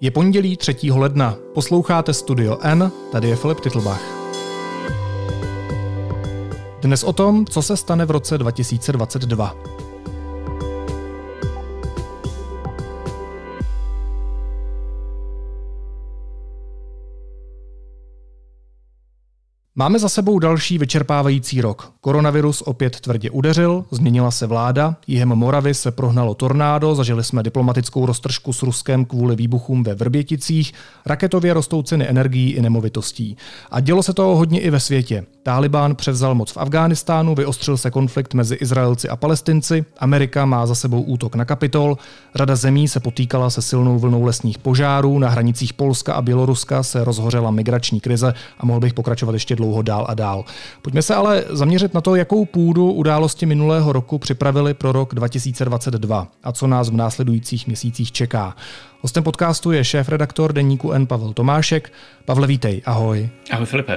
Je pondělí 3. ledna. Posloucháte Studio N, tady je Filip Titlbach. Dnes o tom, co se stane v roce 2022. Máme za sebou další vyčerpávající rok. Koronavirus opět tvrdě udeřil, změnila se vláda, jihem Moravy se prohnalo tornádo, zažili jsme diplomatickou roztržku s Ruskem kvůli výbuchům ve Vrběticích, raketově rostou ceny energií i nemovitostí. A dělo se toho hodně i ve světě. Tálibán převzal moc v Afghánistánu, vyostřil se konflikt mezi Izraelci a Palestinci, Amerika má za sebou útok na Kapitol, řada zemí se potýkala se silnou vlnou lesních požárů, na hranicích Polska a Běloruska se rozhořela migrační krize a mohl bych pokračovat ještě dlouho dál a dál. Pojďme se ale zaměřit na to, jakou půdu události minulého roku připravili pro rok 2022 a co nás v následujících měsících čeká. Hostem podcastu je šéfredaktor deníku N Pavel Tomášek. Pavle, vítej, ahoj. Ahoj Filipe.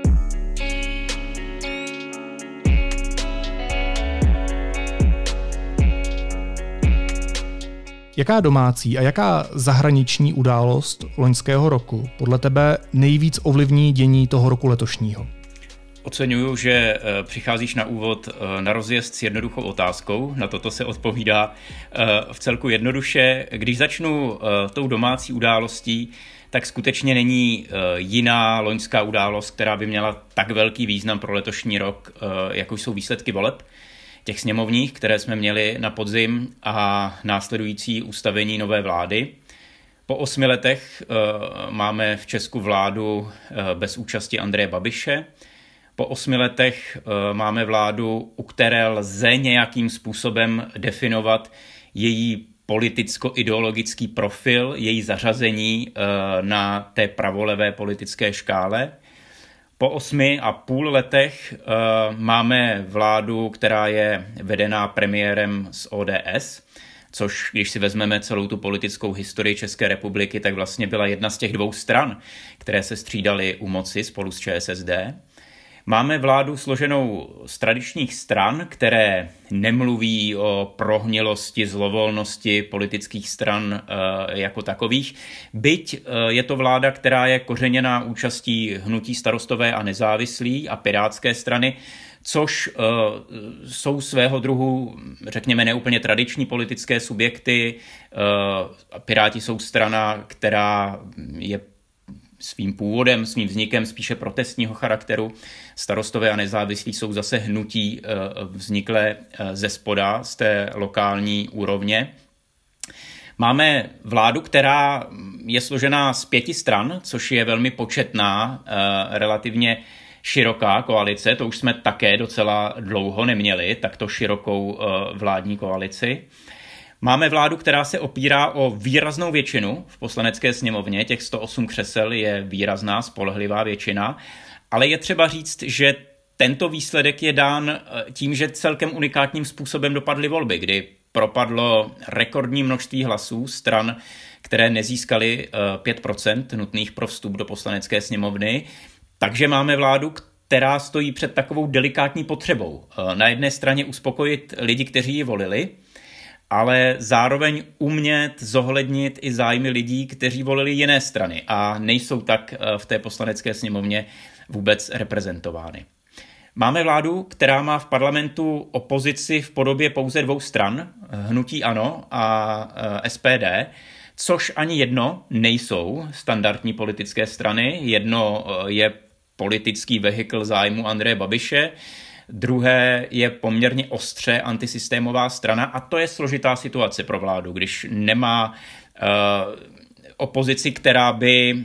Jaká domácí a jaká zahraniční událost loňského roku podle tebe nejvíc ovlivní dění toho roku letošního? Oceňuju, že přicházíš na úvod na rozjezd s jednoduchou otázkou. Na toto se odpovídá v celku jednoduše. Když začnu tou domácí událostí, tak skutečně není jiná loňská událost, která by měla tak velký význam pro letošní rok, jako jsou výsledky voleb. Těch sněmovních, které jsme měli na podzim a následující ustavení nové vlády. Po 8 letech máme v Česku vládu bez účasti Andreje Babiše. Po 8 letech máme vládu, u které lze nějakým způsobem definovat její politicko-ideologický profil, její zařazení na té pravolevé politické škále. Po 8,5 letech máme vládu, která je vedená premiérem z ODS, což když si vezmeme celou tu politickou historii České republiky, tak vlastně byla jedna z těch dvou stran, které se střídaly u moci spolu s ČSSD. Máme vládu složenou z tradičních stran, které nemluví o prohnilosti, zlovolnosti politických stran jako takových. Byť je to vláda, která je kořeněná účastí hnutí Starostové a nezávislí a Pirátské strany, což jsou svého druhu, řekněme, neúplně tradiční politické subjekty. Piráti jsou strana, která je svým původem, svým vznikem spíše protestního charakteru. Starostové a nezávislí jsou zase hnutí vzniklé ze spoda, z té lokální úrovně. Máme vládu, která je složená z 5 stran, což je velmi početná, relativně široká koalice. To už jsme také docela dlouho neměli, takto širokou vládní koalici. Máme vládu, která se opírá o výraznou většinu v poslanecké sněmovně, těch 108 křesel je výrazná, spolehlivá většina, ale je třeba říct, že tento výsledek je dán tím, že celkem unikátním způsobem dopadly volby, kdy propadlo rekordní množství hlasů stran, které nezískaly 5% nutných pro vstup do poslanecké sněmovny, takže máme vládu, která stojí před takovou delikátní potřebou. Na jedné straně uspokojit lidi, kteří ji volili, ale zároveň umět zohlednit i zájmy lidí, kteří volili jiné strany a nejsou tak v té poslanecké sněmovně vůbec reprezentovány. Máme vládu, která má v parlamentu opozici v podobě pouze 2 stran, hnutí ANO a SPD, což ani jedno nejsou standardní politické strany. Jedno je politický vehikl zájmu Andreje Babiše, druhé je poměrně ostře antisystémová strana a to je složitá situace pro vládu, když nemá opozici, která by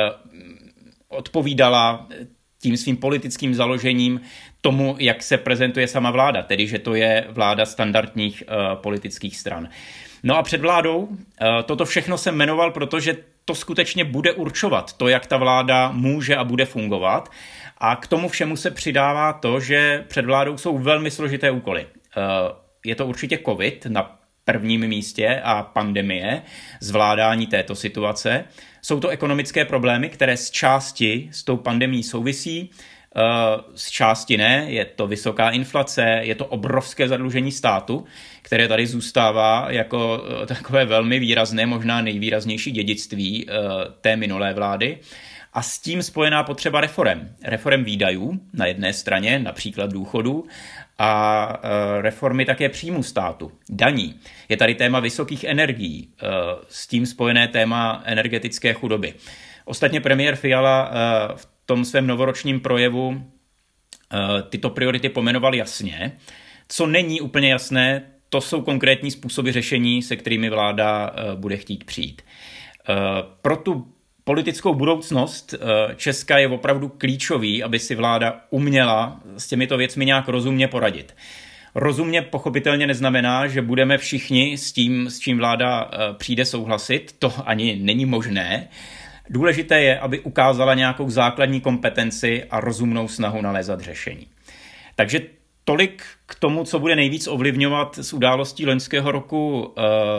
odpovídala tím svým politickým založením tomu, jak se prezentuje sama vláda, tedy že to je vláda standardních politických stran. No a před vládou toto všechno jsem jmenoval, protože to skutečně bude určovat to, jak ta vláda může a bude fungovat. A k tomu všemu se přidává to, že před vládou jsou velmi složité úkoly. Je to určitě COVID na prvním místě a pandemie, zvládání této situace. Jsou to ekonomické problémy, které z části s tou pandemií souvisí. z části ne, je to vysoká inflace, je to obrovské zadlužení státu, které tady zůstává jako takové velmi výrazné, možná nejvýraznější dědictví té minulé vlády. A s tím spojená potřeba reforem výdajů na jedné straně, například důchodů, a reformy také příjmu státu, daní. Je tady téma vysokých energií, s tím spojené téma energetické chudoby. Ostatně premiér Fiala v tom svém novoročním projevu tyto priority pomenoval jasně. Co není úplně jasné, to jsou konkrétní způsoby řešení, se kterými vláda bude chtít přijít. Pro tu politickou budoucnost Česka je opravdu klíčový, aby si vláda uměla s těmito věcmi nějak rozumně poradit. Rozumně pochopitelně neznamená, že budeme všichni s tím, s čím vláda přijde, souhlasit. To ani není možné. Důležité je, aby ukázala nějakou základní kompetenci a rozumnou snahu nalézat řešení. Takže tolik k tomu, co bude nejvíc ovlivňovat z událostí loňského roku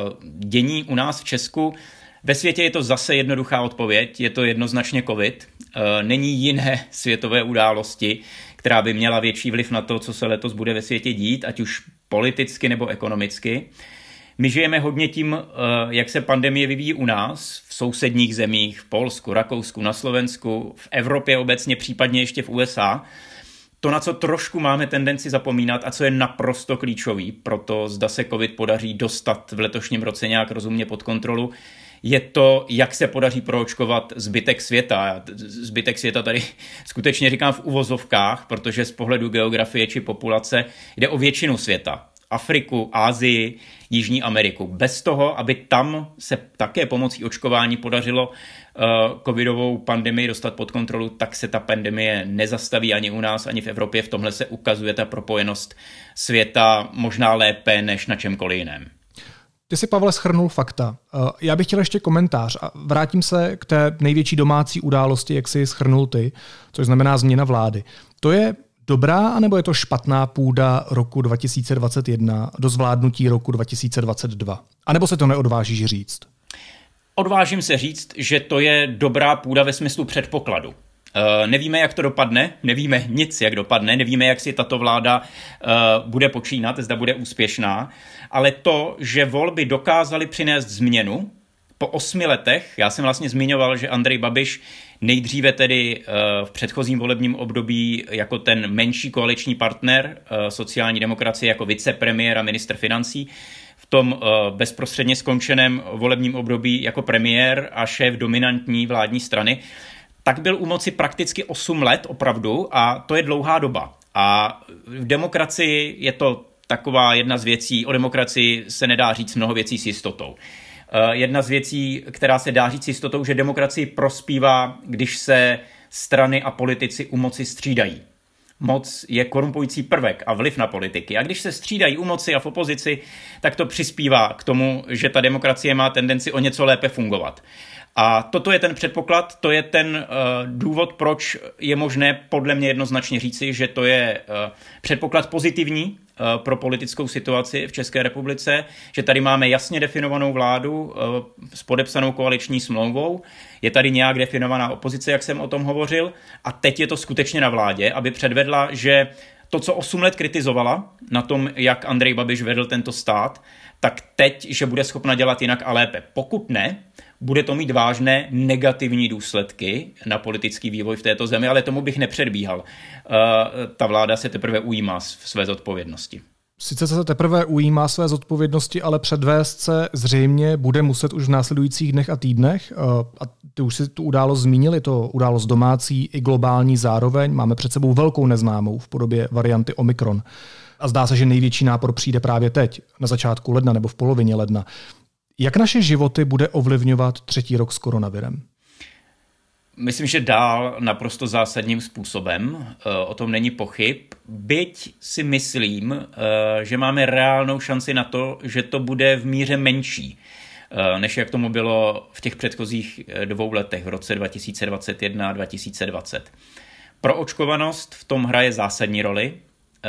dění u nás v Česku. Ve světě je to zase jednoduchá odpověď, je to jednoznačně COVID. Není jiné světové události, která by měla větší vliv na to, co se letos bude ve světě dít, ať už politicky nebo ekonomicky. My žijeme hodně tím, jak se pandemie vyvíjí u nás, v sousedních zemích, v Polsku, Rakousku, na Slovensku, v Evropě obecně, případně ještě v USA. To, na co trošku máme tendenci zapomínat a co je naprosto klíčový, proto zda se COVID podaří dostat v letošním roce nějak rozumně pod kontrolu, je to, jak se podaří proočkovat zbytek světa. Zbytek světa tady skutečně říkám v uvozovkách, protože z pohledu geografie či populace jde o většinu světa. Afriku, Asii, Jižní Ameriku. Bez toho, aby tam se také pomocí očkování podařilo covidovou pandemii dostat pod kontrolu, tak se ta pandemie nezastaví ani u nás, ani v Evropě. V tomhle se ukazuje ta propojenost světa možná lépe než na čemkoliv jiném. Ty si, Pavle, shrnul fakta. Já bych chtěl ještě komentář a vrátím se k té největší domácí události, jak si shrnul ty, což znamená změna vlády. To je dobrá, anebo je to špatná půda roku 2021 do zvládnutí roku 2022? A nebo se to neodvážíš říct? Odvážím se říct, že to je dobrá půda ve smyslu předpokladu. Nevíme, jak to dopadne, nevíme nic, jak dopadne, nevíme, jak si tato vláda bude počínat, zda bude úspěšná, ale to, že volby dokázaly přinést změnu po 8 letech, já jsem vlastně zmiňoval, že Andrej Babiš nejdříve tedy v předchozím volebním období jako ten menší koaliční partner sociální demokracie jako vicepremiér a ministr financí, v tom bezprostředně skončeném volebním období jako premiér a šéf dominantní vládní strany, tak byl u moci prakticky 8 let opravdu a to je dlouhá doba. A v demokracii je to taková jedna z věcí, o demokracii se nedá říct mnoho věcí s jistotou. Jedna z věcí, která se dá říct s jistotou, že demokracii prospívá, když se strany a politici u moci střídají. Moc je korumpující prvek a vliv na politiky. A když se střídají u moci a v opozici, tak to přispívá k tomu, že ta demokracie má tendenci o něco lépe fungovat. A toto je ten předpoklad, to je ten důvod, proč je možné podle mě jednoznačně říci, že to je předpoklad pozitivní pro politickou situaci v České republice, že tady máme jasně definovanou vládu s podepsanou koaliční smlouvou, je tady nějak definovaná opozice, jak jsem o tom hovořil, a teď je to skutečně na vládě, aby předvedla, že to, co 8 let kritizovala na tom, jak Andrej Babiš vedl tento stát, tak teď, že bude schopna dělat jinak a lépe. Pokud ne, bude to mít vážné negativní důsledky na politický vývoj v této zemi, ale tomu bych nepředbíhal. Ta vláda se teprve ujímá své zodpovědnosti. Sice se teprve ujímá své zodpovědnosti, ale předvést se zřejmě bude muset už v následujících dnech a týdnech. A ty už si tu událost zmínil, je to událost domácí i globální zároveň. Máme před sebou velkou neznámou v podobě varianty Omikron. A zdá se, že největší nápor přijde právě teď, na začátku ledna nebo v polovině ledna. Jak naše životy bude ovlivňovat 3. rok s koronavirem? Myslím, že dál naprosto zásadním způsobem, o tom není pochyb. Byť si myslím, že máme reálnou šanci na to, že to bude v míře menší, než jak tomu bylo v těch předchozích 2 letech, v roce 2021 a 2020. Proočkovanost v tom hraje zásadní roli,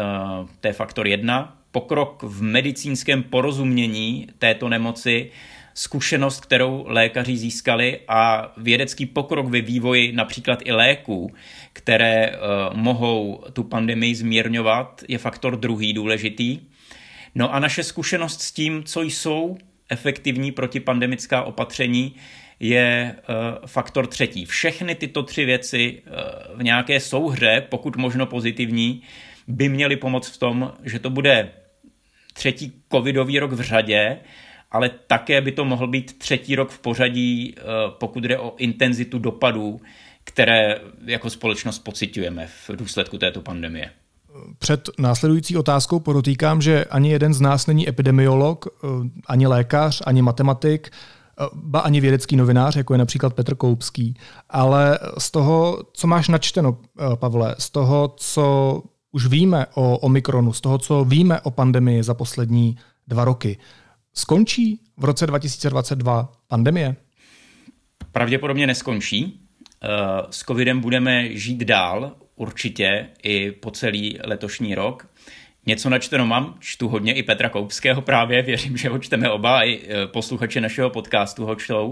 to je faktor 1. Pokrok v medicínském porozumění této nemoci zkušenost, kterou lékaři získali, a vědecký pokrok ve vývoji například i léků, které mohou tu pandemii zmírňovat, je faktor druhý důležitý. No a naše zkušenost s tím, co jsou efektivní protipandemická opatření, je faktor třetí. Všechny tyto tři věci v nějaké souhře, pokud možno pozitivní, by měly pomoct v tom, že to bude třetí covidový rok v řadě, ale také by to mohl být třetí rok v pořadí, pokud jde o intenzitu dopadů, které jako společnost pociťujeme v důsledku této pandemie. Před následující otázkou podotýkám, že ani jeden z nás není epidemiolog, ani lékař, ani matematik, ba ani vědecký novinář, jako je například Petr Koupský. Ale z toho, co máš načteno, Pavle, z toho, co už víme o Omikronu, z toho, co víme o pandemii za poslední 2 roky, skončí v roce 2022 pandemie? Pravděpodobně neskončí. S covidem budeme žít dál, určitě i po celý letošní rok. Něco načteno mám, čtu hodně i Petra Koupského právě, věřím, že ho čteme oba, i posluchači našeho podcastu ho čtou.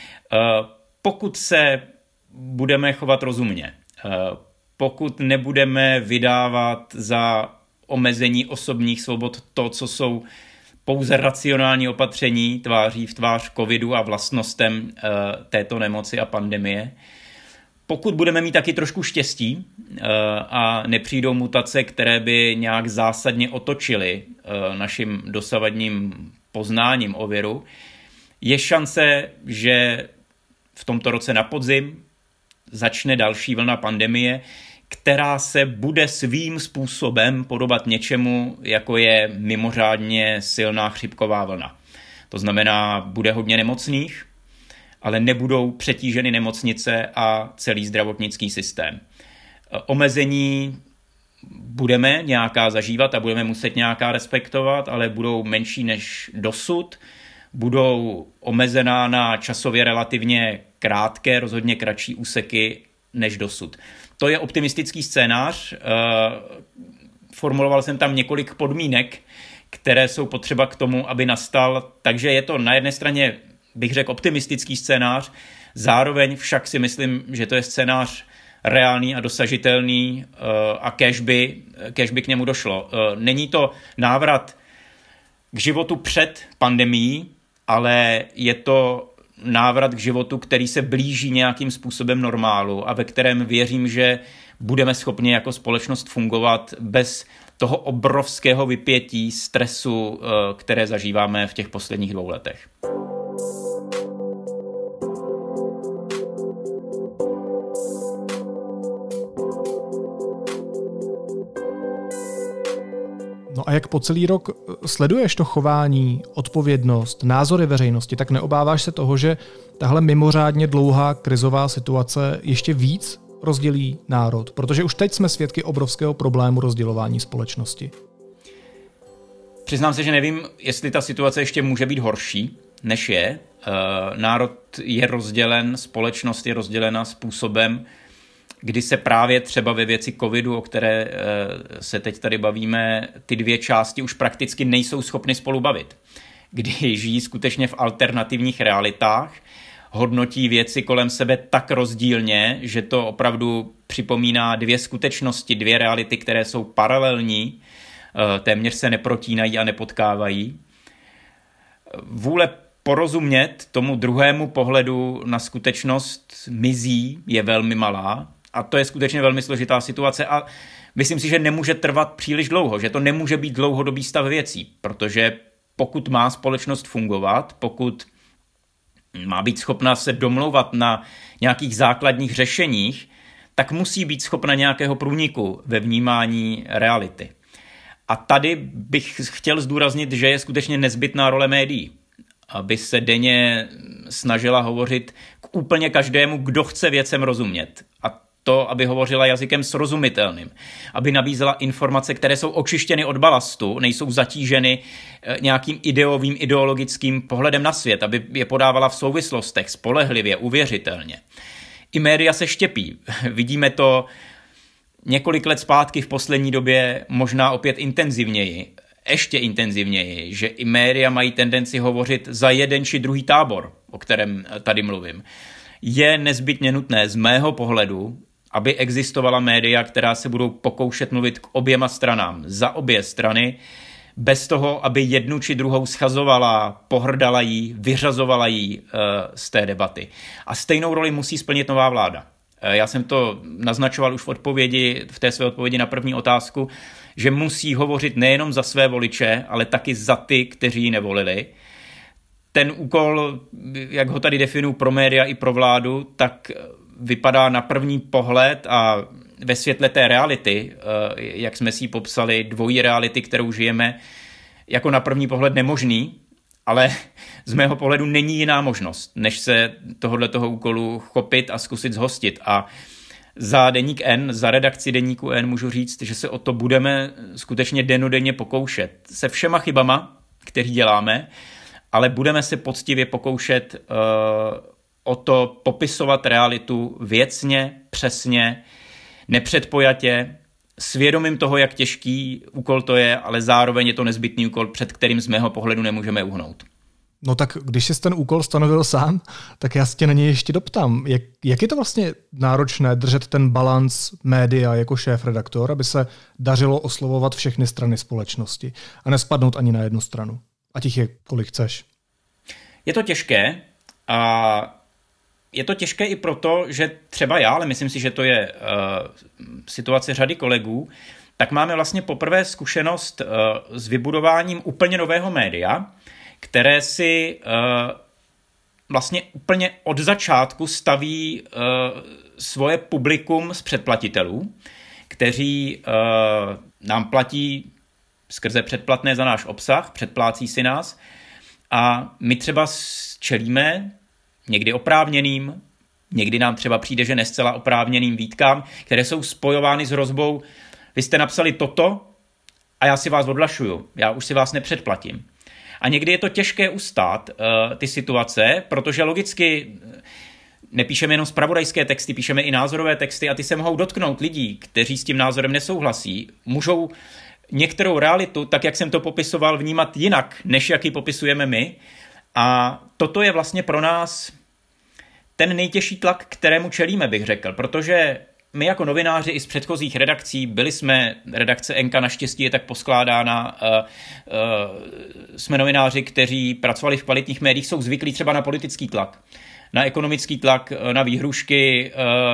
Pokud se budeme chovat rozumně, pokud nebudeme vydávat za omezení osobních svobod to, co jsou pouze racionální opatření tváří v tvář covidu a vlastnostem této nemoci a pandemie, pokud budeme mít taky trošku štěstí a nepřijdou mutace, které by nějak zásadně otočily naším dosavadním poznáním o viru, je šance, že v tomto roce na podzim začne další vlna pandemie, která se bude svým způsobem podobat něčemu, jako je mimořádně silná chřipková vlna. To znamená, bude hodně nemocných, ale nebudou přetíženy nemocnice a celý zdravotnický systém. Omezení budeme nějaká zažívat a budeme muset nějaká respektovat, ale budou menší než dosud, budou omezená na časově relativně krátké, rozhodně kratší úseky než dosud. To je optimistický scénář. Formuloval jsem tam několik podmínek, které jsou potřeba k tomu, aby nastal. Takže je to na jedné straně, bych řekl, optimistický scénář, zároveň však si myslím, že to je scénář reálný a dosažitelný a kéž by k němu došlo. Není to návrat k životu před pandemií, ale je to návrat k životu, který se blíží nějakým způsobem normálu a ve kterém věřím, že budeme schopni jako společnost fungovat bez toho obrovského vypětí, stresu, které zažíváme v těch posledních 2 letech. No a jak po celý rok sleduješ to chování, odpovědnost, názory veřejnosti, tak neobáváš se toho, že tahle mimořádně dlouhá krizová situace ještě víc rozdělí národ? Protože už teď jsme svědky obrovského problému rozdělování společnosti. Přiznám se, že nevím, jestli ta situace ještě může být horší, než je. Národ je rozdělen, společnost je rozdělena způsobem, kdy se právě třeba ve věci covidu, o které se teď tady bavíme, ty 2 části už prakticky nejsou schopny spolu bavit. Kdy žijí skutečně v alternativních realitách, hodnotí věci kolem sebe tak rozdílně, že to opravdu připomíná 2 skutečnosti, 2 reality, které jsou paralelní, téměř se neprotínají a nepotkávají. Vůle porozumět tomu druhému pohledu na skutečnost mizí, je velmi malá. A to je skutečně velmi složitá situace a myslím si, že nemůže trvat příliš dlouho, že to nemůže být dlouhodobý stav věcí, protože pokud má společnost fungovat, pokud má být schopna se domlouvat na nějakých základních řešeních, tak musí být schopna nějakého průniku ve vnímání reality. A tady bych chtěl zdůraznit, že je skutečně nezbytná role médií, aby se denně snažila hovořit k úplně každému, kdo chce věcem rozumět. A to, aby hovořila jazykem srozumitelným, aby nabízela informace, které jsou očištěny od balastu, nejsou zatíženy nějakým ideologickým pohledem na svět, aby je podávala v souvislostech, spolehlivě, uvěřitelně. I média se štěpí. Vidíme to několik let zpátky v poslední době možná opět intenzivněji. ještě intenzivněji, že i média mají tendenci hovořit za jeden či druhý tábor, o kterém tady mluvím. Je nezbytně nutné z mého pohledu, aby existovala média, která se budou pokoušet mluvit k oběma stranám, za obě strany, bez toho, aby jednu či druhou schazovala, pohrdala jí, vyřazovala jí z té debaty. A stejnou roli musí splnit nová vláda. Já jsem to naznačoval už v té své odpovědi na první otázku, že musí hovořit nejenom za své voliče, ale taky za ty, kteří ji nevolili. Ten úkol, jak ho tady definuji pro média i pro vládu, tak vypadá na první pohled a ve světle té reality, jak jsme si ji popsali, dvojí reality, kterou žijeme, jako na první pohled nemožný, ale z mého pohledu není jiná možnost, než se tohoto úkolu chopit a zkusit zhostit. A za Deník N, za redakci Deníku N můžu říct, že se o to budeme skutečně dennodenně pokoušet. Se všema chybama, který děláme, ale budeme se poctivě pokoušet o to popisovat realitu věcně, přesně, nepředpojatě, svědomím toho, jak těžký úkol to je, ale zároveň je to nezbytný úkol, před kterým z mého pohledu nemůžeme uhnout. No tak když jsi ten úkol stanovil sám, tak já se tě na něj ještě doptám. Jak je to vlastně náročné držet ten balanc média jako šéfredaktor, aby se dařilo oslovovat všechny strany společnosti a nespadnout ani na jednu stranu? A těch je kolik chceš. Je to těžké a je to těžké i proto, že třeba já, ale myslím si, že to je situace řady kolegů, tak máme vlastně poprvé zkušenost s vybudováním úplně nového média, které si vlastně úplně od začátku staví svoje publikum z předplatitelů, kteří nám platí skrze předplatné za náš obsah, předplácí si nás a my třeba čelíme někdy oprávněným, někdy nám třeba přijde, že nescela oprávněným výtkám, které jsou spojovány s hrozbou, vy jste napsali toto a já si vás odhlašuju, já už si vás nepředplatím. A někdy je to těžké ustát ty situace, protože logicky nepíšeme jenom zpravodajské texty, píšeme i názorové texty a ty se mohou dotknout lidí, kteří s tím názorem nesouhlasí. Můžou některou realitu, tak jak jsem to popisoval, vnímat jinak, než jak ji popisujeme my. A toto je vlastně pro nás ten nejtěžší tlak, kterému čelíme, bych řekl, protože my jako novináři i z předchozích redakcí, byli jsme, redakce Enka naštěstí je tak poskládána, jsme novináři, kteří pracovali v kvalitních médiích, jsou zvyklí třeba na politický tlak, na ekonomický tlak, na výhrušky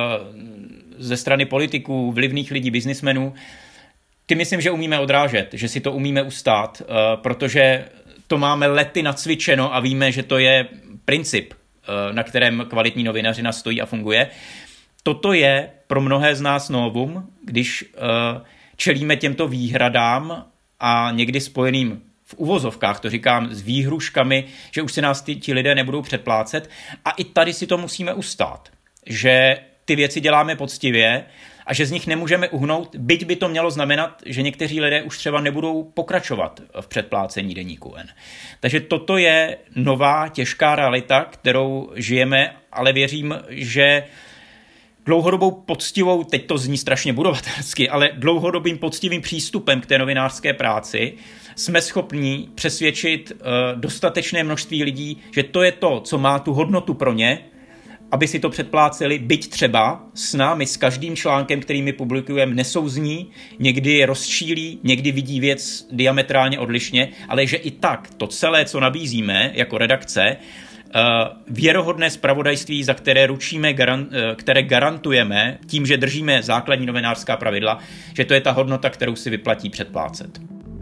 ze strany politiků, vlivných lidí, biznismenů. Ty myslím, že umíme odrážet, že si to umíme ustát, protože to máme lety nacvičeno a víme, že to je princip, na kterém kvalitní novinařina stojí a funguje. Toto je pro mnohé z nás novum, když čelíme těmto výhradám a někdy spojeným v uvozovkách, to říkám, s výhruškami, že už se nás ti lidé nebudou předplácet. A i tady si to musíme ustát, že ty věci děláme poctivě a že z nich nemůžeme uhnout, byť by to mělo znamenat, že někteří lidé už třeba nebudou pokračovat v předplácení Deníku N. Takže toto je nová, těžká realita, kterou žijeme, ale věřím, že dlouhodobou poctivou, teď to zní strašně budovatelsky, ale dlouhodobým poctivým přístupem k té novinářské práci jsme schopni přesvědčit dostatečné množství lidí, že to je to, co má tu hodnotu pro ně, aby si to předpláceli, byť třeba s námi, s každým článkem, který my publikujeme, nesouzní, někdy je rozčílí, někdy vidí věc diametrálně odlišně, ale že i tak to celé, co nabízíme jako redakce, věrohodné zpravodajství, za které ručíme, které garantujeme tím, že držíme základní novinářská pravidla, že to je ta hodnota, kterou si vyplatí předplácet.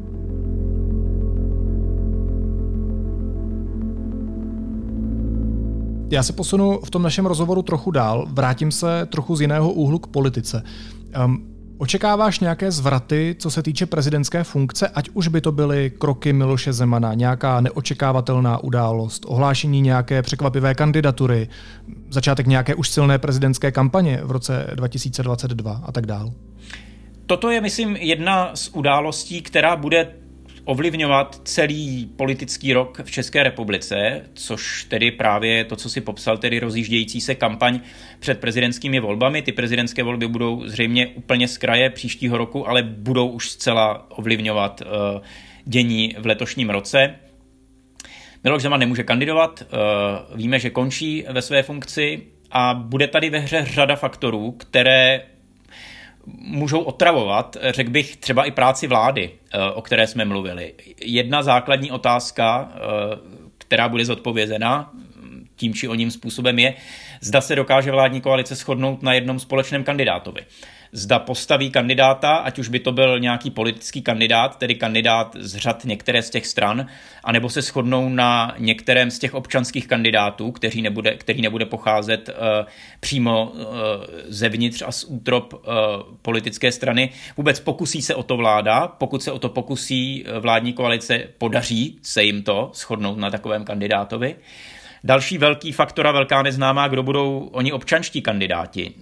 Já se posunu v tom našem rozhovoru trochu dál, vrátím se trochu z jiného úhlu k politice. Očekáváš nějaké zvraty, co se týče prezidentské funkce, ať už by to byly kroky Miloše Zemana, nějaká neočekávatelná událost, ohlášení nějaké překvapivé kandidatury, začátek nějaké už silné prezidentské kampaně v roce 2022 a tak dál? Toto je, myslím, jedna z událostí, která bude ovlivňovat celý politický rok v České republice, což tedy právě to, co si popsal, tedy rozjíždějící se kampaň před prezidentskými volbami. Ty prezidentské volby budou zřejmě úplně z kraje příštího roku, ale budou už zcela ovlivňovat dění v letošním roce. Miloš Zeman nemůže kandidovat, víme, že končí ve své funkci a bude tady ve hře řada faktorů, které můžou otravovat, řekl bych, třeba i práci vlády, o které jsme mluvili. Jedna základní otázka, která bude zodpovězena tím či oním způsobem je, zda se dokáže vládní koalice shodnout na jednom společném kandidátovi. Zda postaví kandidáta, ať už by to byl nějaký politický kandidát, tedy kandidát z řad některé z těch stran, anebo se shodnou na některém z těch občanských kandidátů, který nebude pocházet přímo zevnitř a z útrop politické strany. Vůbec pokusí se o to vláda, pokud se o to pokusí vládní koalice, podaří se jim to shodnout na takovém kandidátovi. Další velký faktor a velká neznámá, kdo budou oni občanští kandidáti.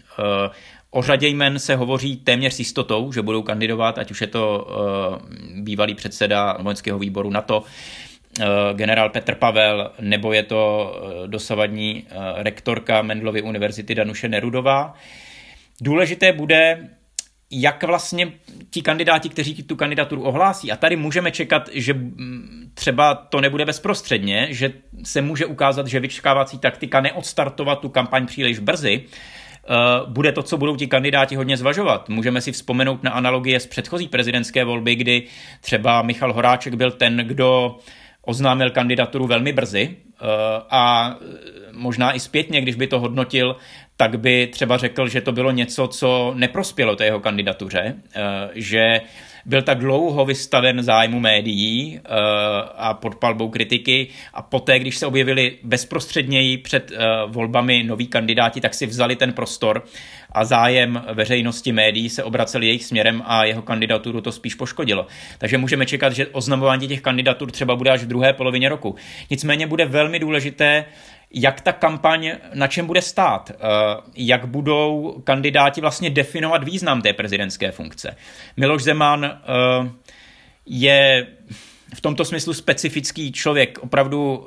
O řadě jmen se hovoří téměř s jistotou, že budou kandidovat, ať už je to bývalý předseda vojenského výboru NATO, generál Petr Pavel, nebo je to dosavadní rektorka Mendelovy univerzity Danuše Nerudová. Důležité bude, jak vlastně ti kandidáti, kteří tu kandidaturu ohlásí, a tady můžeme čekat, že třeba to nebude bezprostředně, že se může ukázat, že vyčkávací taktika neodstartovat tu kampaň příliš brzy, bude to, co budou ti kandidáti hodně zvažovat. Můžeme si vzpomenout na analogie z předchozí prezidentské volby, kdy třeba Michal Horáček byl ten, kdo oznámil kandidaturu velmi brzy a možná i zpětně, když by to hodnotil, tak by třeba řekl, že to bylo něco, co neprospělo té jeho kandidatuře, že byl tak dlouho vystaven zájmu médií a pod palbou kritiky a poté, když se objevili bezprostředněji před volbami noví kandidáti, tak si vzali ten prostor a zájem veřejnosti médií se obracel jejich směrem a jeho kandidaturu to spíš poškodilo. Takže můžeme čekat, že oznamování těch kandidatur třeba bude až v druhé polovině roku. Nicméně bude velmi důležité, jak ta kampaň, na čem bude stát, jak budou kandidáti vlastně definovat význam té prezidentské funkce. Miloš Zeman je v tomto smyslu specifický člověk, opravdu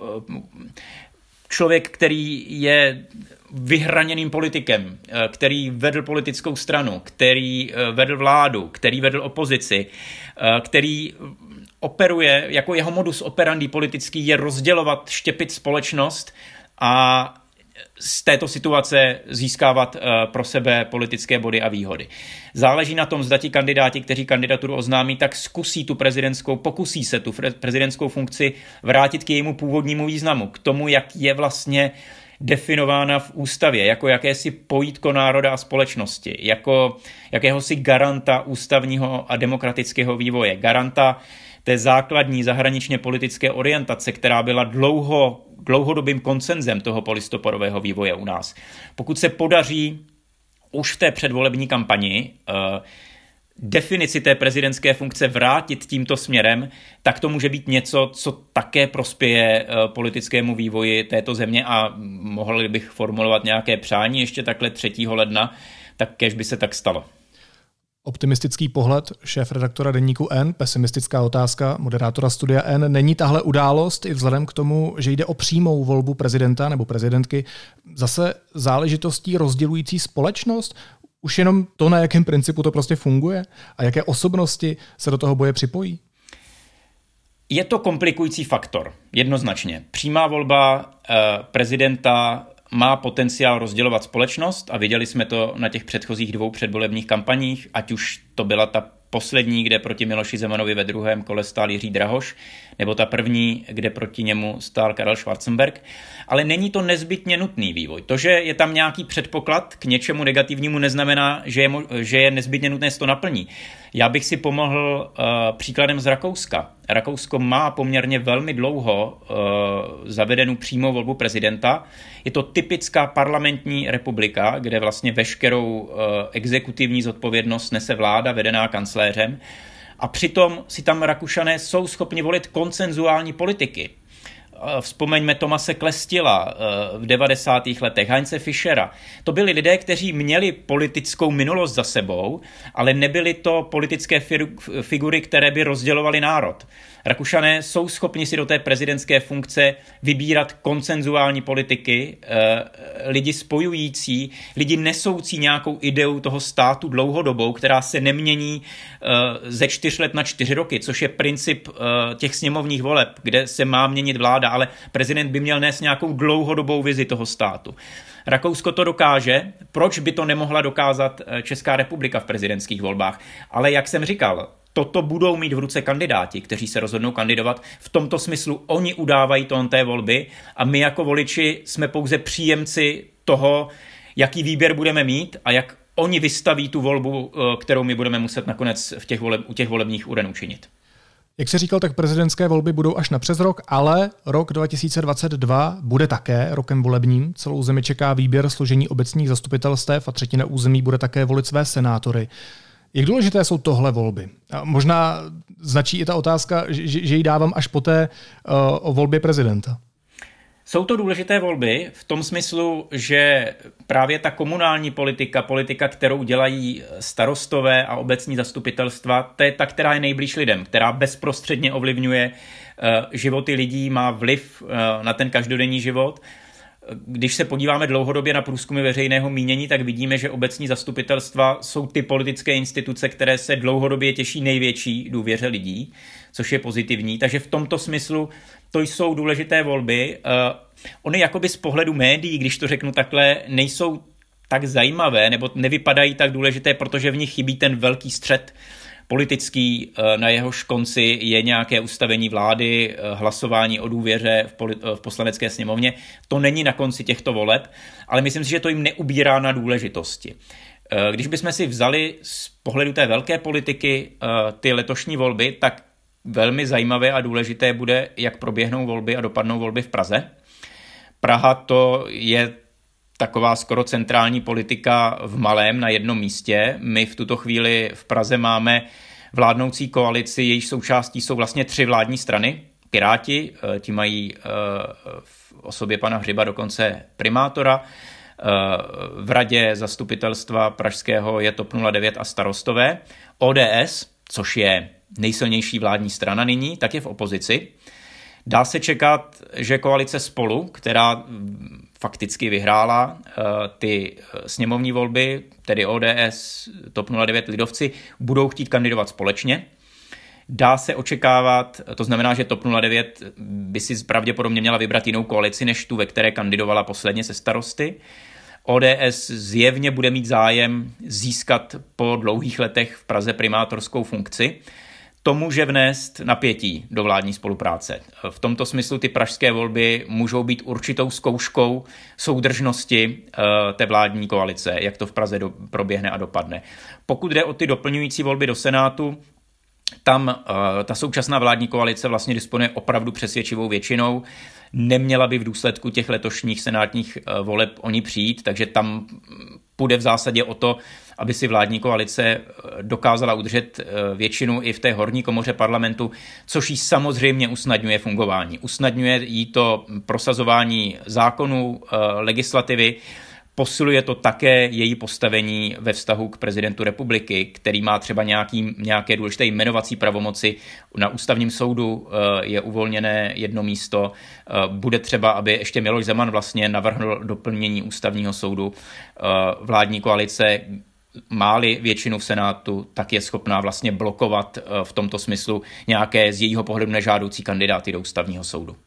člověk, který je vyhraněným politikem, který vedl politickou stranu, který vedl vládu, který vedl opozici, který operuje, jako jeho modus operandi politický je rozdělovat, štěpit společnost a z této situace získávat pro sebe politické body a výhody. Záleží na tom, zda ti kandidáti, kteří kandidaturu oznámí, tak pokusí se tu prezidentskou funkci vrátit k jejímu původnímu významu, k tomu, jak je vlastně definována v ústavě, jako jakési pojítko národa a společnosti, jako jakéhosi garanta ústavního a demokratického vývoje, garanta té základní zahraničně politické orientace, která byla dlouhodobým konsenzem toho polistopadového vývoje u nás. Pokud se podaří už v té předvolební kampani definici té prezidentské funkce vrátit tímto směrem, tak to může být něco, co také prospěje politickému vývoji této země a mohl bych formulovat nějaké přání ještě takhle 3. ledna, tak kéž by se tak stalo. Optimistický pohled šéfredaktora deníku N, pesimistická otázka moderátora Studia N. Není tahle událost i vzhledem k tomu, že jde o přímou volbu prezidenta nebo prezidentky, zase záležitostí rozdělující společnost? Už jenom to, na jakém principu to prostě funguje a jaké osobnosti se do toho boje připojí? Je to komplikující faktor, jednoznačně. Přímá volba prezidenta má potenciál rozdělovat společnost a viděli jsme to na těch předchozích 2 předvolebních kampaních, ať už to byla ta poslední, kde proti Miloši Zemanovi ve druhém kole stál Jiří Drahoš, nebo ta první, kde proti němu stál Karel Schwarzenberg. Ale není to nezbytně nutný vývoj. To, že je tam nějaký předpoklad k něčemu negativnímu, neznamená, že je nezbytně nutné to naplní. Já bych si pomohl příkladem z Rakouska. Rakousko má poměrně velmi dlouho zavedenou přímou volbu prezidenta. Je to typická parlamentní republika, kde vlastně veškerou exekutivní zodpovědnost nese vláda vedená kancléřem. A přitom si tam Rakušané jsou schopni volit konsenzuální politiky. Vzpomeňme Thomase Klestila v 90. letech, Heinze Fischera. To byli lidé, kteří měli politickou minulost za sebou, ale nebyly to politické figury, které by rozdělovaly národ. Rakušané jsou schopni si do té prezidentské funkce vybírat konsenzuální politiky, lidi spojující, lidi nesoucí nějakou ideu toho státu dlouhodobou, která se nemění ze 4 let na 4 roky, což je princip těch sněmovních voleb, kde se má měnit vláda, ale prezident by měl nést nějakou dlouhodobou vizi toho státu. Rakousko to dokáže, proč by to nemohla dokázat Česká republika v prezidentských volbách? Ale jak jsem říkal, toto budou mít v ruce kandidáti, kteří se rozhodnou kandidovat. V tomto smyslu oni udávají tón té volby a my jako voliči jsme pouze příjemci toho, jaký výběr budeme mít a jak oni vystaví tu volbu, kterou my budeme muset nakonec u těch volebních uren učinit. Jak se říkal, tak prezidentské volby budou až na přes rok, ale rok 2022 bude také rokem volebním. Celou zemi čeká výběr složení obecních zastupitelstev a třetina území bude také volit své senátory. Jak důležité jsou tohle volby? A možná značí i ta otázka, že ji dávám až poté o volbě prezidenta. Jsou to důležité volby v tom smyslu, že právě ta komunální politika, kterou dělají starostové a obecní zastupitelstva, to je ta, která je nejblíž lidem, která bezprostředně ovlivňuje životy lidí, má vliv na ten každodenní život. Když se podíváme dlouhodobě na průzkumy veřejného mínění, tak vidíme, že obecní zastupitelstva jsou ty politické instituce, které se dlouhodobě těší největší důvěře lidí, což je pozitivní. Takže v tomto smyslu to jsou důležité volby. Ony jakoby z pohledu médií, když to řeknu takhle, nejsou tak zajímavé nebo nevypadají tak důležité, protože v nich chybí ten velký střet politický, na jehož konci je nějaké ustavení vlády, hlasování o důvěře v poslanecké sněmovně. To není na konci těchto voleb, ale myslím si, že to jim neubírá na důležitosti. Když bychom si vzali z pohledu té velké politiky ty letošní volby, tak velmi zajímavé a důležité bude, jak proběhnou volby a dopadnou volby v Praze. Praha to je taková skoro centrální politika v malém na jednom místě. My v tuto chvíli v Praze máme vládnoucí koalici, jejíž součástí jsou vlastně 3 vládní strany. Piráti, ti mají v osobě pana Hřiba dokonce primátora. V radě zastupitelstva pražského je TOP 09 a Starostové. ODS, což je nejsilnější vládní strana nyní, tak je v opozici. Dá se čekat, že koalice Spolu, která fakticky vyhrála ty sněmovní volby, tedy ODS, TOP 09, lidovci, budou chtít kandidovat společně. Dá se očekávat, to znamená, že TOP 09 by si pravděpodobně měla vybrat jinou koalici, než tu, ve které kandidovala posledně se Starosty. ODS zjevně bude mít zájem získat po dlouhých letech v Praze primátorskou funkci. To může vnést napětí do vládní spolupráce. V tomto smyslu ty pražské volby můžou být určitou zkouškou soudržnosti té vládní koalice, jak to v Praze proběhne a dopadne. Pokud jde o ty doplňující volby do Senátu, tam ta současná vládní koalice vlastně disponuje opravdu přesvědčivou většinou. Neměla by v důsledku těch letošních senátních voleb oni přijít, takže tam půjde v zásadě o to, aby si vládní koalice dokázala udržet většinu i v té horní komoře parlamentu, což jí samozřejmě usnadňuje fungování. Usnadňuje jí to prosazování zákonů, legislativy, posiluje to také její postavení ve vztahu k prezidentu republiky, který má třeba nějaké důležité jmenovací pravomoci. Na ústavním soudu je uvolněné jedno místo. Bude třeba, aby ještě Miloš Zeman vlastně navrhl doplnění ústavního soudu. Vládní koalice, má-li většinu v Senátu, tak je schopná vlastně blokovat v tomto smyslu nějaké z jejího pohledu nežádoucí kandidáty do ústavního soudu.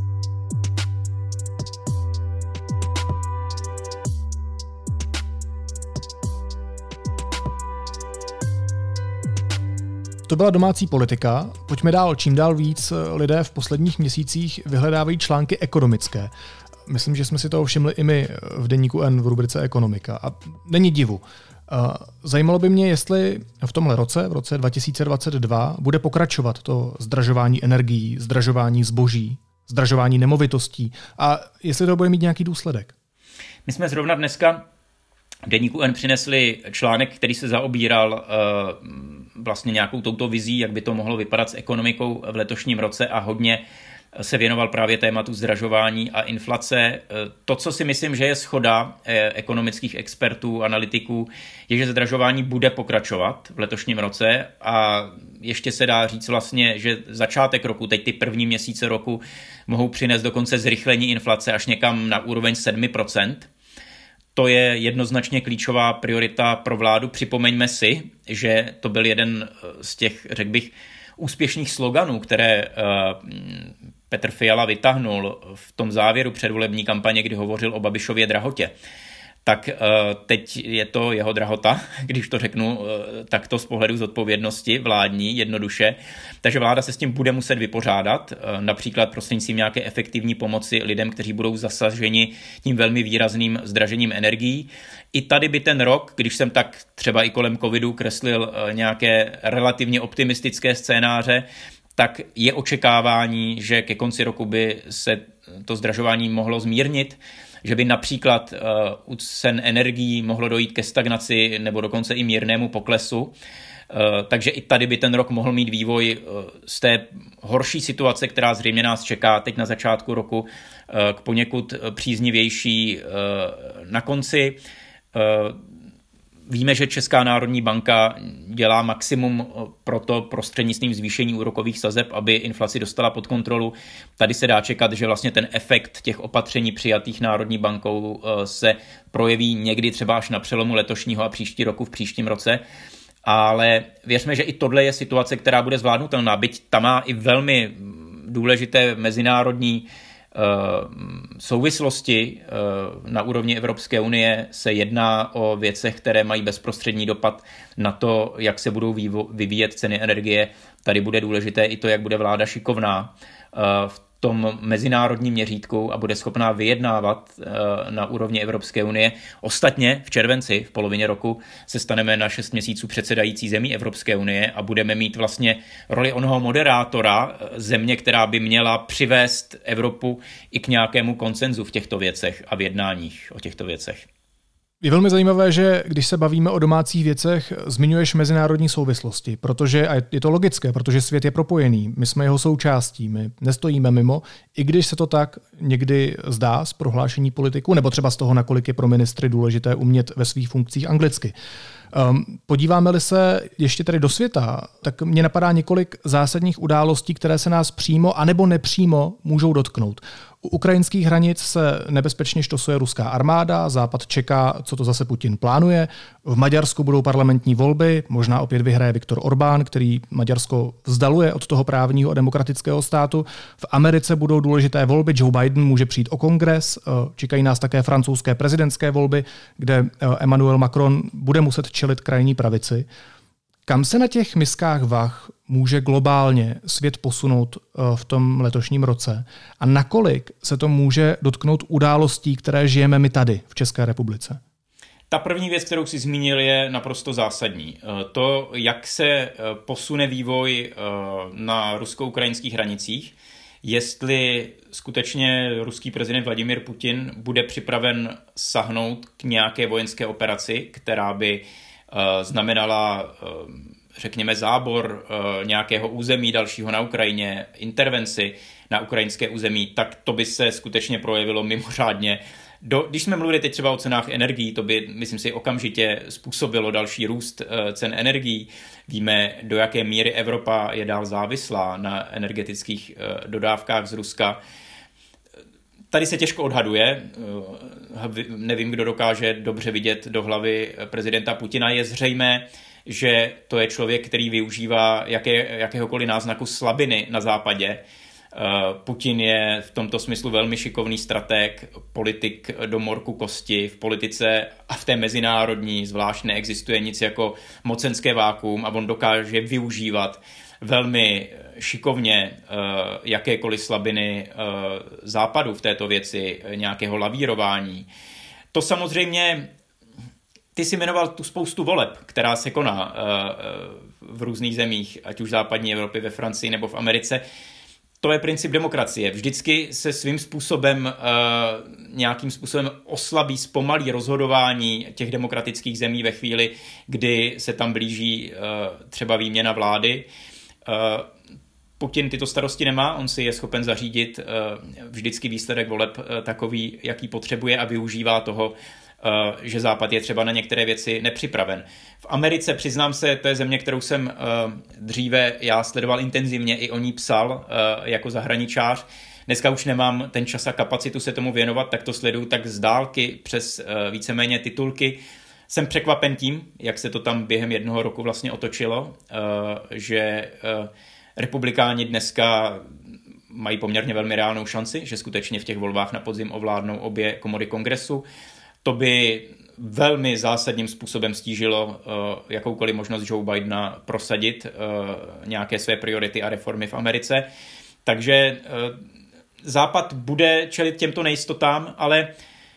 To byla domácí politika. Pojďme dál. Čím dál víc lidé v posledních měsících vyhledávají články ekonomické. Myslím, že jsme si toho všimli i my v Deníku N v rubrice Ekonomika. A není divu. Zajímalo by mě, jestli v tomhle roce, v roce 2022, bude pokračovat to zdražování energií, zdražování zboží, zdražování nemovitostí a jestli to bude mít nějaký důsledek. My jsme zrovna dneska v Deníku N přinesli článek, který se zaobíral vlastně nějakou touto vizí, jak by to mohlo vypadat s ekonomikou v letošním roce a hodně se věnoval právě tématu zdražování a inflace. To, co si myslím, že je shoda ekonomických expertů, analytiků, je, že zdražování bude pokračovat v letošním roce a ještě se dá říct vlastně, že začátek roku, teď ty první měsíce roku, mohou přinést dokonce zrychlení inflace až někam na úroveň 7%. To je jednoznačně klíčová priorita pro vládu. Připomeňme si, že to byl jeden z těch, řekl bych, úspěšných sloganů, které Petr Fiala vytáhnul v tom závěru předvolební kampaně, kdy hovořil o Babišově drahotě. Tak teď je to jeho drahota, když to řeknu takto z pohledu zodpovědnosti vládní, jednoduše. Takže vláda se s tím bude muset vypořádat, například prostřednictvím nějaké efektivní pomoci lidem, kteří budou zasaženi tím velmi výrazným zdražením energií. I tady by ten rok, když jsem tak třeba i kolem covidu kreslil nějaké relativně optimistické scénáře, tak je očekávání, že ke konci roku by se to zdražování mohlo zmírnit, že by například u cen energií mohlo dojít ke stagnaci nebo dokonce i mírnému poklesu. Takže i tady by ten rok mohl mít vývoj z té horší situace, která zřejmě nás čeká teď na začátku roku, k poněkud příznivější na konci. Víme, že Česká národní banka dělá maximum pro to prostřednictvím zvýšení úrokových sazeb, aby inflaci dostala pod kontrolu. Tady se dá čekat, že vlastně ten efekt těch opatření přijatých Národní bankou se projeví někdy třeba až na přelomu letošního a příští roku v příštím roce. Ale věřme, že i tohle je situace, která bude zvládnutelná, byť ta má i velmi důležité mezinárodní souvislosti. Na úrovni Evropské unie se jedná o věcech, které mají bezprostřední dopad na to, jak se budou vyvíjet ceny energie. Tady bude důležité i to, jak bude vláda šikovná v tom mezinárodním měřítku a bude schopná vyjednávat na úrovni Evropské unie. Ostatně v červenci, v polovině roku, se staneme na 6 měsíců předsedající zemí Evropské unie a budeme mít vlastně roli onoho moderátora, země, která by měla přivést Evropu i k nějakému konsenzu v těchto věcech a v jednáních o těchto věcech. Je velmi zajímavé, že když se bavíme o domácích věcech, zmiňuješ mezinárodní souvislosti, protože, a je to logické, protože svět je propojený, my jsme jeho součástí, my nestojíme mimo, i když se to tak někdy zdá z prohlášení politiků, nebo třeba z toho, nakolik je pro ministry důležité umět ve svých funkcích anglicky. Podíváme-li se ještě tedy do světa, tak mě napadá několik zásadních událostí, které se nás přímo anebo nepřímo můžou dotknout. U ukrajinských hranic se nebezpečně štosuje ruská armáda, Západ čeká, co to zase Putin plánuje. V Maďarsku budou parlamentní volby, možná opět vyhraje Viktor Orbán, který Maďarsko vzdaluje od toho právního a demokratického státu. V Americe budou důležité volby, Joe Biden může přijít o kongres, čekají nás také francouzské prezidentské volby, kde Emmanuel Macron bude muset čelit krajní pravici. Kam se na těch miskách vah může globálně svět posunout v tom letošním roce a nakolik se to může dotknout událostí, které žijeme my tady v České republice? Ta první věc, kterou si zmínil, je naprosto zásadní. To, jak se posune vývoj na rusko-ukrajinských hranicích, jestli skutečně ruský prezident Vladimír Putin bude připraven sahnout k nějaké vojenské operaci, která by znamenala, řekněme, zábor nějakého území dalšího na Ukrajině, intervenci na ukrajinské území, tak to by se skutečně projevilo mimořádně. Když jsme mluvili teď třeba o cenách energií, to by, myslím si, okamžitě způsobilo další růst cen energií. Víme, do jaké míry Evropa je dál závislá na energetických dodávkách z Ruska. Tady se těžko odhaduje, nevím, kdo dokáže dobře vidět do hlavy prezidenta Putina. Je zřejmé, že to je člověk, který využívá jakéhokoliv náznaku slabiny na západě. Putin je v tomto smyslu velmi šikovný stratég, politik do morku kosti. V politice a v té mezinárodní zvlášť neexistuje nic jako mocenské vákuum a on dokáže využívat velmi šikovně jakékoliv slabiny západu v této věci, nějakého lavírování. To samozřejmě, ty jsi jmenoval tu spoustu voleb, která se koná v různých zemích, ať už západní Evropy, ve Francii nebo v Americe. To je princip demokracie. Vždycky se svým způsobem, nějakým způsobem oslabí, zpomalí rozhodování těch demokratických zemí ve chvíli, kdy se tam blíží třeba výměna vlády. Putin tyto starosti nemá, on si je schopen zařídit vždycky výsledek voleb takový, jaký potřebuje a využívá toho, že Západ je třeba na některé věci nepřipraven. V Americe, přiznám se, to je země, kterou jsem dříve já sledoval intenzivně, i o ní psal jako zahraničář. Dneska už nemám ten čas a kapacitu se tomu věnovat, tak to sleduju tak z dálky přes víceméně titulky. Jsem překvapen tím, jak se to tam během jednoho roku vlastně otočilo, že republikáni dneska mají poměrně velmi reálnou šanci, že skutečně v těch volbách na podzim ovládnou obě komory kongresu. To by velmi zásadním způsobem stížilo jakoukoliv možnost Joe Bidena prosadit nějaké své priority a reformy v Americe. Takže Západ bude čelit těmto nejistotám, ale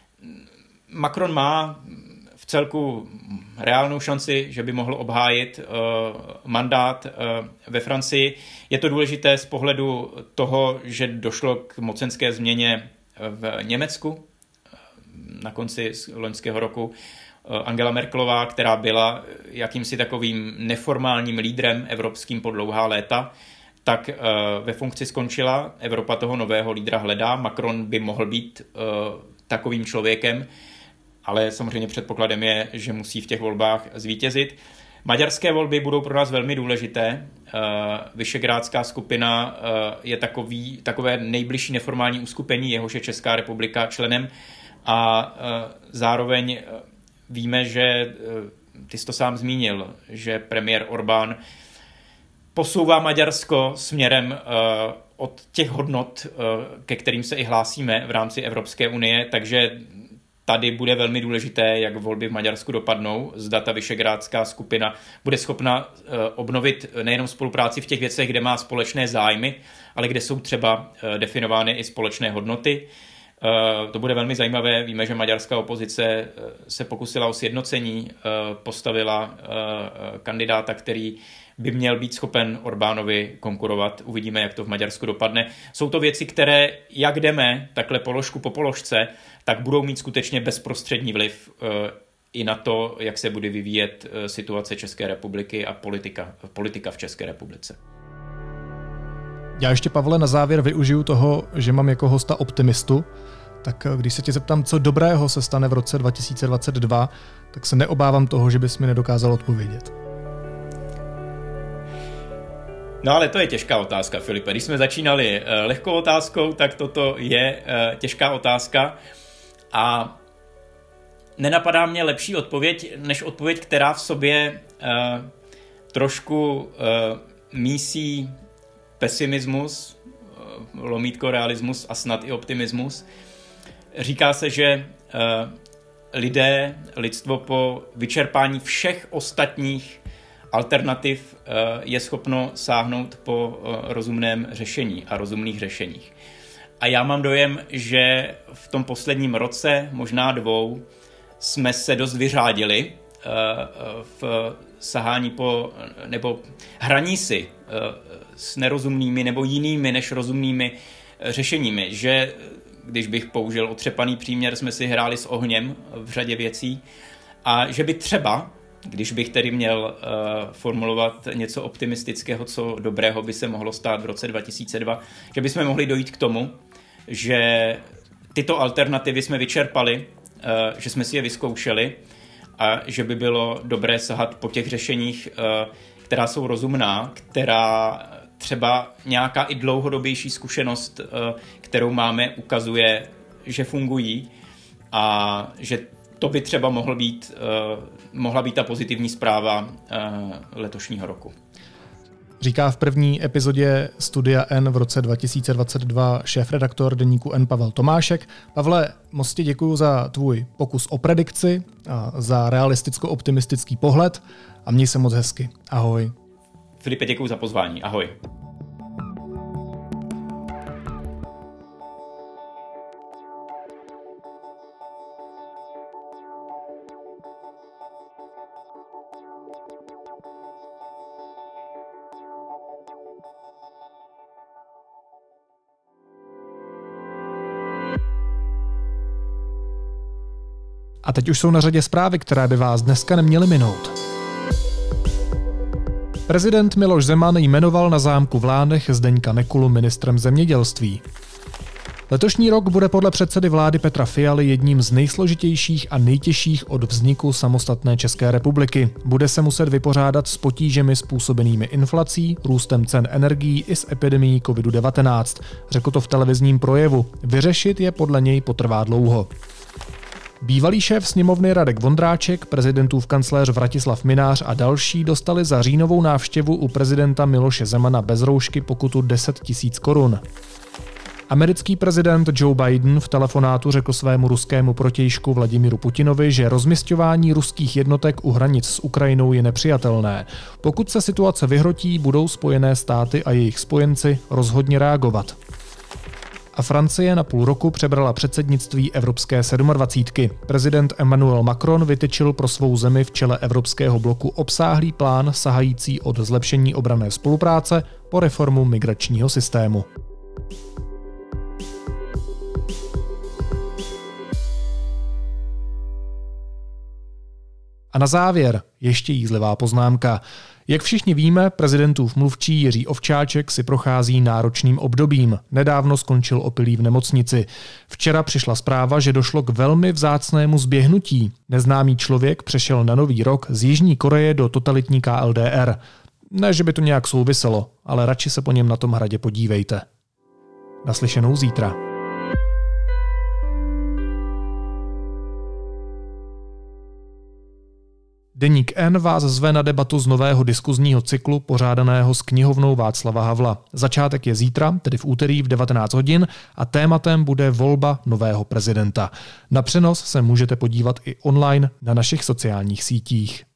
Macron má v celku reálnou šanci, že by mohl obhájit mandát ve Francii. Je to důležité z pohledu toho, že došlo k mocenské změně v Německu na konci loňského roku. Angela Merkelová, která byla jakýmsi takovým neformálním lídrem evropským po dlouhá léta, tak ve funkci skončila. Evropa toho nového lídra hledá. Macron by mohl být takovým člověkem, ale samozřejmě předpokladem je, že musí v těch volbách zvítězit. Maďarské volby budou pro nás velmi důležité. Visegrádská skupina je takové nejbližší neformální uskupení, jehož je Česká republika členem, a zároveň víme, že ty jsi to sám zmínil, že premiér Orbán posouvá Maďarsko směrem od těch hodnot, ke kterým se i hlásíme v rámci Evropské unie, takže tady bude velmi důležité, jak volby v Maďarsku dopadnou. Zda ta visegrádská skupina bude schopna obnovit nejenom spolupráci v těch věcech, kde má společné zájmy, ale kde jsou třeba definovány i společné hodnoty. To bude velmi zajímavé. Víme, že maďarská opozice se pokusila o sjednocení, postavila kandidáta, který by měl být schopen Orbánovi konkurovat. Uvidíme, jak to v Maďarsku dopadne. Jsou to věci, které, jak jdeme, takhle položku po položce, tak budou mít skutečně bezprostřední vliv i na to, jak se bude vyvíjet situace České republiky a politika v České republice. Já ještě, Pavle, na závěr využiju toho, že mám jako hosta optimistu, tak když se tě zeptám, co dobrého se stane v roce 2022, tak se neobávám toho, že bys mi nedokázal odpovědět. No ale to je těžká otázka, Filipe. Když jsme začínali lehkou otázkou, tak toto je těžká otázka a nenapadá mě lepší odpověď, než odpověď, která v sobě trošku mísí pesimismus, lomítko realismus a snad i optimismus. Říká se, že lidstvo po vyčerpání všech ostatních alternativ je schopno sáhnout po rozumném řešení a rozumných řešeních. A já mám dojem, že v tom posledním roce, možná 2, jsme se dost vyřádili v sahání po, nebo hraní si s nerozumnými nebo jinými než rozumnými řešeními, že když bych použil otřepaný příměr, jsme si hráli s ohněm v řadě věcí a že by třeba, když bych tedy měl formulovat něco optimistického, co dobrého by se mohlo stát v roce 2002, že bychom mohli dojít k tomu, že tyto alternativy jsme vyčerpali, že jsme si je vyzkoušeli a že by bylo dobré sahat po těch řešeních, která jsou rozumná, která třeba nějaká i dlouhodobější zkušenost, kterou máme, ukazuje, že fungují a že to by třeba mohla být ta pozitivní zpráva letošního roku. Říká v první epizodě Studia N v roce 2022 šéfredaktor deníku N Pavel Tomášek. Pavle, moc ti děkuju za tvůj pokus o predikci, a za realisticko-optimistický pohled a měj se moc hezky. Ahoj. Filipe, děkuju za pozvání. Ahoj. A teď už jsou na řadě zprávy, které by vás dneska neměly minout. Prezident Miloš Zeman jmenoval na zámku v Lánech Zdeňka Nekulu ministrem zemědělství. Letošní rok bude podle předsedy vlády Petra Fialy jedním z nejsložitějších a nejtěžších od vzniku samostatné České republiky. Bude se muset vypořádat s potížemi způsobenými inflací, růstem cen energií i s epidemií COVID-19. Řekl to v televizním projevu. Vyřešit je podle něj potrvá dlouho. Bývalý šéf sněmovny Radek Vondráček, prezidentův kancléř Vratislav Mynář a další dostali za říjnovou návštěvu u prezidenta Miloše Zemana bez roušky pokutu 10 000 korun. Americký prezident Joe Biden v telefonátu řekl svému ruskému protějšku Vladimiru Putinovi, že rozmisťování ruských jednotek u hranic s Ukrajinou je nepřijatelné. Pokud se situace vyhrotí, budou Spojené státy a jejich spojenci rozhodně reagovat. A Francie na půl roku přebrala předsednictví Evropské 27. Prezident Emmanuel Macron vytyčil pro svou zemi v čele Evropského bloku obsáhlý plán sahající od zlepšení obranné spolupráce po reformu migračního systému. A na závěr ještě jízlivá poznámka. Jak všichni víme, prezidentův mluvčí Jiří Ovčáček si prochází náročným obdobím. Nedávno skončil opilý v nemocnici. Včera přišla zpráva, že došlo k velmi vzácnému zběhnutí. Neznámý člověk přešel na Nový rok z Jižní Koreje do totalitní KLDR. Ne, že by to nějak souviselo, ale radši se po něm na tom hradě podívejte. Naslyšenou zítra. Deník N vás zve na debatu z nového diskuzního cyklu pořádaného s knihovnou Václava Havla. Začátek je zítra, tedy v úterý v 19 hodin a tématem bude volba nového prezidenta. Na přenos se můžete podívat i online na našich sociálních sítích.